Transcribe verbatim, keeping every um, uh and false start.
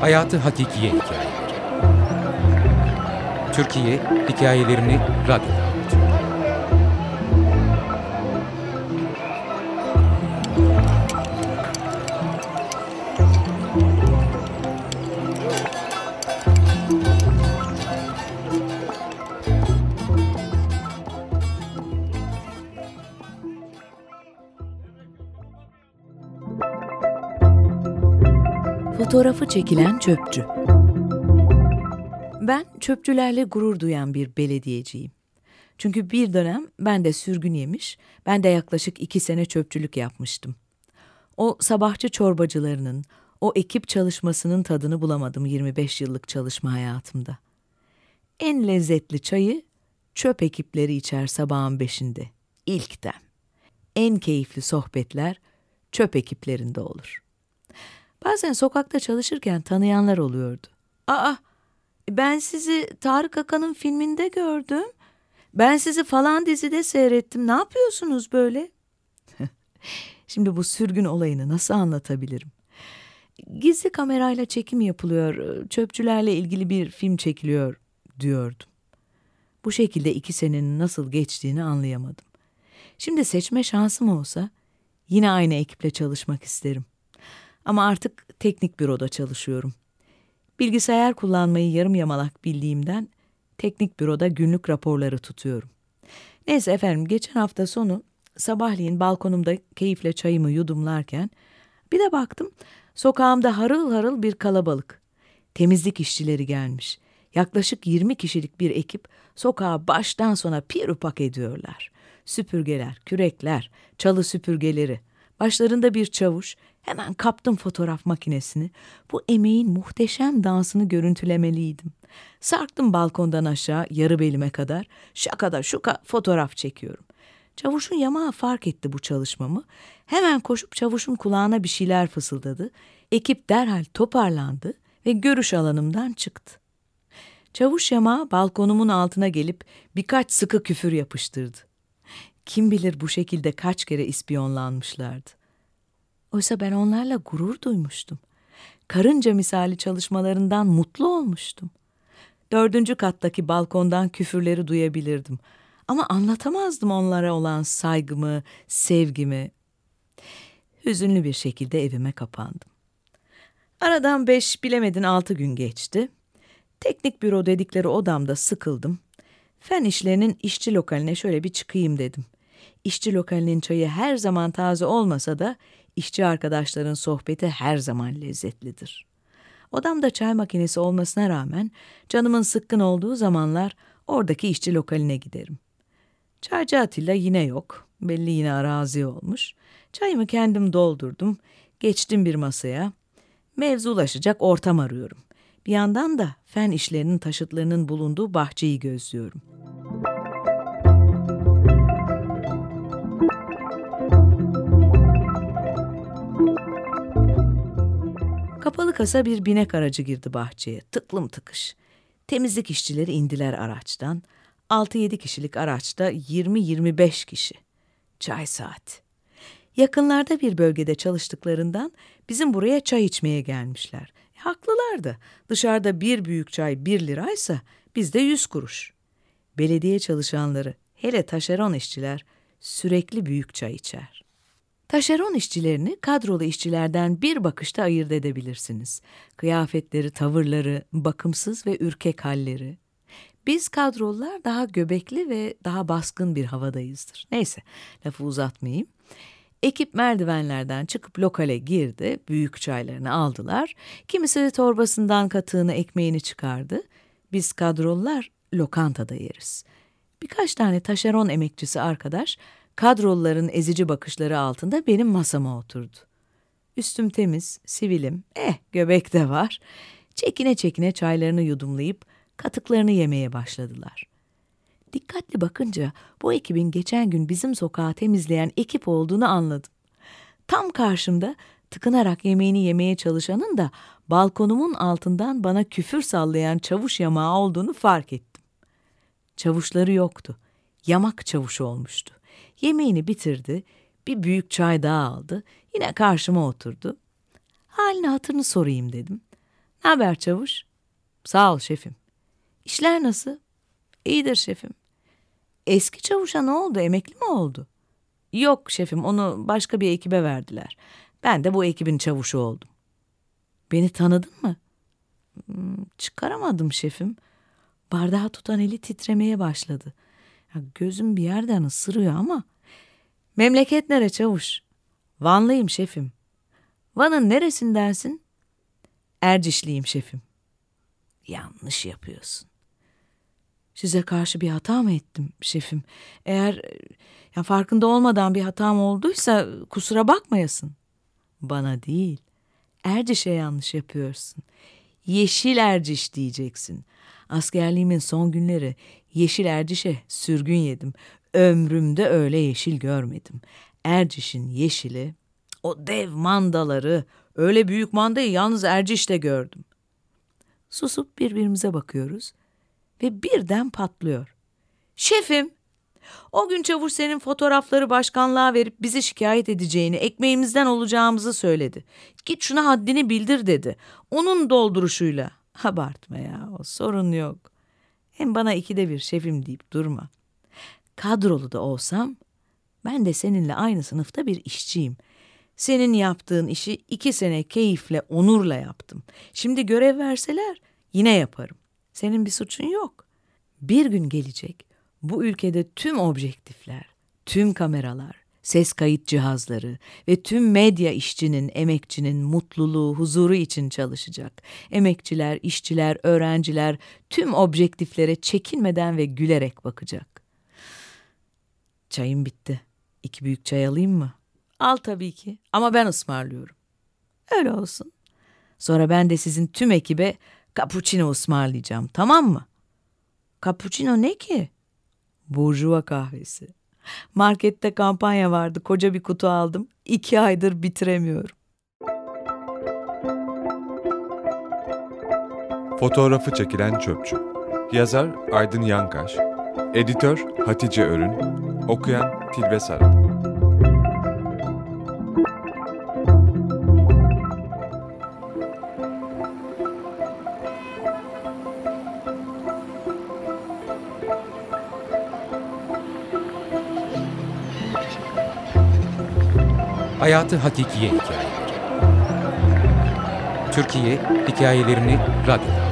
Hayatı hakikiye hikayeleri. Türkiye hikayelerini radyoda anlatıyor. Fotoğrafı çekilen çöpçü. Ben çöpçülerle gurur duyan bir belediyeciyim. Çünkü bir dönem ben de sürgün yemiş, ben de yaklaşık iki sene çöpçülük yapmıştım. O sabahçı çorbacılarının, o ekip çalışmasının tadını bulamadım yirmi beş yıllık çalışma hayatımda. En lezzetli çayı çöp ekipleri içer sabahın beşinde, ilk dem. En keyifli sohbetler çöp ekiplerinde olur. Bazen sokakta çalışırken tanıyanlar oluyordu. Aa, ben sizi Tarık Akan'ın filminde gördüm. Ben sizi falan dizide seyrettim. Ne yapıyorsunuz böyle? Şimdi bu sürgün olayını nasıl anlatabilirim? Gizli kamerayla çekim yapılıyor, çöpçülerle ilgili bir film çekiliyor diyordum. Bu şekilde iki senenin nasıl geçtiğini anlayamadım. Şimdi seçme şansım olsa yine aynı ekiple çalışmak isterim. Ama artık teknik büroda çalışıyorum. Bilgisayar kullanmayı yarım yamalak bildiğimden teknik büroda günlük raporları tutuyorum. Neyse efendim, geçen hafta sonu sabahleyin balkonumda keyifle çayımı yudumlarken bir de baktım sokağımda harıl harıl bir kalabalık. Temizlik işçileri gelmiş. Yaklaşık yirmi kişilik bir ekip sokağı baştan sona pir upak ediyorlar. Süpürgeler, kürekler, çalı süpürgeleri. Başlarında bir çavuş. Hemen kaptım fotoğraf makinesini. Bu emeğin muhteşem dansını görüntülemeliydim. Sarktım balkondan aşağı yarı belime kadar. Şakada şuka fotoğraf çekiyorum. Çavuşun yamağı fark etti bu çalışmamı. Hemen koşup çavuşun kulağına bir şeyler fısıldadı. Ekip derhal toparlandı ve görüş alanımdan çıktı. Çavuş yamağı balkonumun altına gelip birkaç sıkı küfür yapıştırdı. Kim bilir bu şekilde kaç kere ispiyonlanmışlardı. Oysa ben onlarla gurur duymuştum. Karınca misali çalışmalarından mutlu olmuştum. Dördüncü kattaki balkondan küfürleri duyabilirdim. Ama anlatamazdım onlara olan saygımı, sevgimi. Hüzünlü bir şekilde evime kapandım. Aradan beş, bilemedin altı gün geçti. Teknik büro dedikleri odamda sıkıldım. Fen işlerinin işçi lokaline şöyle bir çıkayım dedim. İşçi lokalinin çayı her zaman taze olmasa da işçi arkadaşların sohbeti her zaman lezzetlidir. Odamda çay makinesi olmasına rağmen canımın sıkkın olduğu zamanlar oradaki işçi lokaline giderim. Çaycı Atilla yine yok. Belli yine arazi olmuş. Çayımı kendim doldurdum. Geçtim bir masaya. Mevzulaşacak ortam arıyorum. Bir yandan da fen işlerinin taşıtlarının bulunduğu bahçeyi gözlüyorum. Kapalı kasa bir binek aracı girdi bahçeye. Tıklım tıkış. Temizlik işçileri indiler araçtan. altı yedi kişilik araçta yirmi yirmi beş kişi. Çay saati. Yakınlarda bir bölgede çalıştıklarından bizim buraya çay içmeye gelmişler. E, haklılardı. Dışarıda bir büyük çay bir liraysa bizde yüz kuruş. Belediye çalışanları, hele taşeron işçiler sürekli büyük çay içer. Taşeron işçilerini kadrolu işçilerden bir bakışta ayırt edebilirsiniz. Kıyafetleri, tavırları, bakımsız ve ürkek halleri. Biz kadrolular daha göbekli ve daha baskın bir havadayızdır. Neyse, lafı uzatmayayım. Ekip merdivenlerden çıkıp lokale girdi, büyük çaylarını aldılar. Kimisi torbasından katığını, ekmeğini çıkardı. Biz kadrolular lokantada yeriz. Birkaç tane taşeron emekçisi arkadaş kadroluların ezici bakışları altında benim masama oturdu. Üstüm temiz, sivilim, eh göbek de var. Çekine çekine çaylarını yudumlayıp katıklarını yemeye başladılar. Dikkatli bakınca bu ekibin geçen gün bizim sokağı temizleyen ekip olduğunu anladım. Tam karşımda tıkınarak yemeğini yemeye çalışanın da balkonumun altından bana küfür sallayan çavuş yamağı olduğunu fark ettim. Çavuşları yoktu. Yamak çavuşu olmuştu. Yemeğini bitirdi, bir büyük çay daha aldı, yine karşıma oturdu. Halini hatırını sorayım dedim. Ne haber çavuş? Sağ ol şefim. İşler nasıl? İyidir şefim. Eski çavuşa ne oldu? Emekli mi oldu? Yok şefim, onu başka bir ekibe verdiler. Ben de bu ekibin çavuşu oldum. Beni tanıdın mı? Hmm, çıkaramadım şefim. Bardağı tutan eli titremeye başladı. Ya, gözüm bir yerden ısırıyor ama. Memleket nere çavuş? Vanlıyım şefim. Van'ın neresindensin? Ercişliyim şefim. Yanlış yapıyorsun. Size karşı bir hata mı ettim şefim? Eğer ya farkında olmadan bir hatam olduysa kusura bakmayasın. Bana değil, Erciş'e yanlış yapıyorsun. Yeşil Erciş diyeceksin. Askerliğimin son günleri Yeşil Erciş'e sürgün yedim. Ömrümde öyle yeşil görmedim. Erciş'in yeşili, o dev mandaları, öyle büyük mandayı yalnız Erciş'te gördüm. Susup birbirimize bakıyoruz ve birden patlıyor. Şefim, o gün çavuş senin fotoğrafları başkanlığa verip bizi şikayet edeceğini, ekmeğimizden olacağımızı söyledi. Git şuna haddini bildir dedi. Onun dolduruşuyla. Abartma ya, o sorun yok. Hem bana ikide bir şefim deyip durma. Kadrolu da olsam ben de seninle aynı sınıfta bir işçiyim. Senin yaptığın işi iki sene keyifle, onurla yaptım. Şimdi görev verseler yine yaparım. Senin bir suçun yok. Bir gün gelecek, bu ülkede tüm objektifler, tüm kameralar, ses kayıt cihazları ve tüm medya işçinin, emekçinin mutluluğu, huzuru için çalışacak. Emekçiler, işçiler, öğrenciler tüm objektiflere çekinmeden ve gülerek bakacak. Çayım bitti. İki büyük çay alayım mı? Al tabii ki, ama ben ısmarlıyorum. Öyle olsun. Sonra ben de sizin tüm ekibe cappuccino ısmarlayacağım, tamam mı? Cappuccino ne ki? Burjuva kahvesi. Markette kampanya vardı, koca bir kutu aldım. İki aydır bitiremiyorum. Fotoğrafı çekilen çöpçü. Yazar Aydın Yankaş. Editör Hatice Örün. Okuyan Tilbe Saran. Hayatı Hakikiye Hikayeleri. Türkiye hikayelerini radyoda.